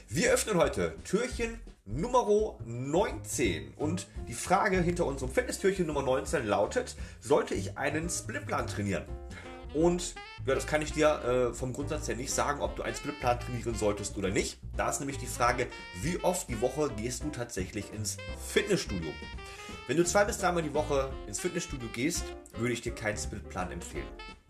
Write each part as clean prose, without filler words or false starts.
Wir öffnen heute Türchen Nummer 19 und die Frage hinter unserem Fitnesstürchen Nummer 19 lautet, sollte ich einen Splitplan trainieren? Und ja, das kann ich dir vom Grundsatz her nicht sagen, ob du einen Splitplan trainieren solltest oder nicht. Da ist nämlich die Frage, wie oft die Woche gehst du tatsächlich ins Fitnessstudio? Wenn du 2 bis 3 Mal die Woche ins Fitnessstudio gehst, würde ich dir keinen Splitplan empfehlen.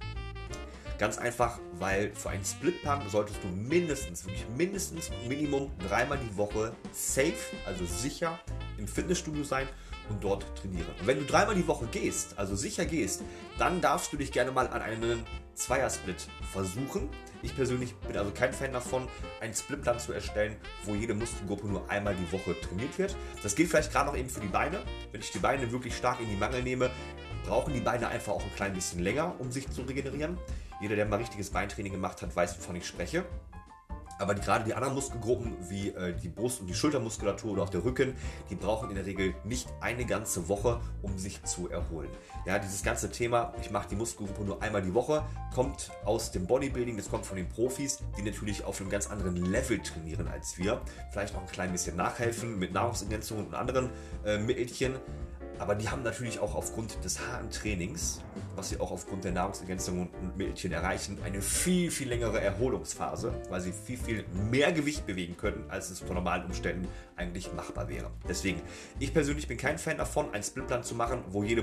Ganz einfach, weil für einen Splitplan solltest du wirklich mindestens Minimum 3 Mal die Woche safe, also sicher im Fitnessstudio sein und dort trainieren. Und wenn du 3 Mal die Woche gehst, also sicher gehst, dann darfst du dich gerne mal an einen Zweiersplit versuchen. Ich persönlich bin also kein Fan davon, einen Splitplan zu erstellen, wo jede Muskelgruppe nur einmal die Woche trainiert wird. Das gilt vielleicht gerade noch eben für die Beine. Wenn ich die Beine wirklich stark in die Mangel nehme, brauchen die Beine einfach auch ein klein bisschen länger, um sich zu regenerieren. Jeder, der mal richtiges Beintraining gemacht hat, weiß, wovon ich spreche. Aber gerade die anderen Muskelgruppen, wie die Brust- und die Schultermuskulatur oder auch der Rücken, die brauchen in der Regel nicht eine ganze Woche, um sich zu erholen. Ja, dieses ganze Thema, ich mache die Muskelgruppe nur einmal die Woche, kommt aus dem Bodybuilding, das kommt von den Profis, die natürlich auf einem ganz anderen Level trainieren als wir. Vielleicht auch ein klein bisschen nachhelfen mit Nahrungsergänzungen und anderen Mittelchen. Aber die haben natürlich auch aufgrund des harten Trainings, was sie auch aufgrund der Nahrungsergänzungen und Mittelchen erreichen, eine viel, viel längere Erholungsphase, weil sie viel, viel mehr Gewicht bewegen können, als es unter normalen Umständen eigentlich machbar wäre. Deswegen, ich persönlich bin kein Fan davon, einen Splitplan zu machen, wo jede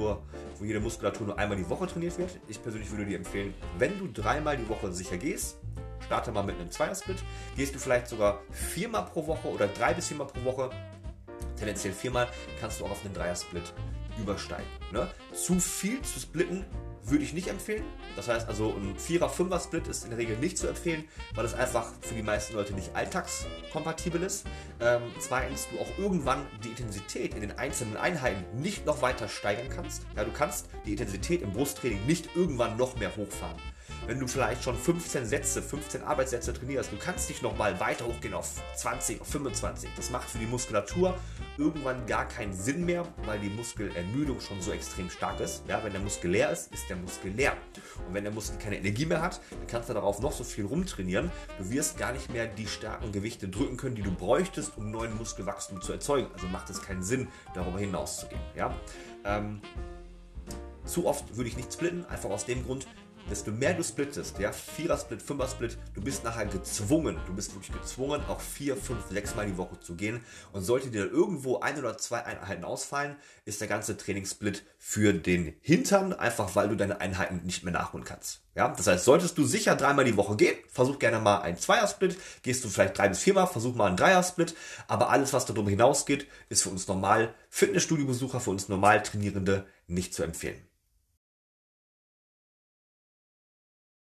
Muskulatur nur einmal die Woche trainiert wird. Ich persönlich würde dir empfehlen, wenn du 3 Mal die Woche sicher gehst, starte mal mit einem Zweiersplit, gehst du vielleicht sogar 4 Mal pro Woche oder 3 bis 4 Mal pro Woche, tendenziell 4 Mal, kannst du auch auf einen Dreiersplit übersteigen. Ne? Zu viel zu splitten würde ich nicht empfehlen. Das heißt also, ein 4er-5er-Split ist in der Regel nicht zu empfehlen, weil es einfach für die meisten Leute nicht alltagskompatibel ist. Zweitens, du auch irgendwann die Intensität in den einzelnen Einheiten nicht noch weiter steigern kannst. Ja, du kannst die Intensität im Brusttraining nicht irgendwann noch mehr hochfahren. Wenn du vielleicht schon 15 Arbeitssätze trainierst, du kannst nicht nochmal weiter hochgehen auf 20, auf 25. Das macht für die Muskulatur irgendwann gar keinen Sinn mehr, weil die Muskelermüdung schon so extrem stark ist. Ja, wenn der Muskel leer ist, ist der Muskel leer. Und wenn der Muskel keine Energie mehr hat, dann kannst du darauf noch so viel rumtrainieren. Du wirst gar nicht mehr die starken Gewichte drücken können, die du bräuchtest, um neuen Muskelwachstum zu erzeugen. Also macht es keinen Sinn, darüber hinaus zu gehen. Ja? Zu oft würde ich nicht splitten, einfach aus dem Grund, desto mehr du splittest, ja, 4er-Split, 5er-Split, du bist nachher gezwungen, auch 4, 5, 6 Mal die Woche zu gehen. Und sollte dir dann irgendwo 1 oder 2 Einheiten ausfallen, ist der ganze Trainingssplit für den Hintern, einfach weil du deine Einheiten nicht mehr nachholen kannst. Ja, das heißt, solltest du sicher 3 Mal die Woche gehen, versuch gerne mal einen Zweier-Split, gehst du vielleicht 3 bis 4 Mal, versuch mal einen Dreier-Split, aber alles, was darüber hinausgeht, ist für uns normal Fitnessstudio-Besucher, für uns normal Trainierende nicht zu empfehlen.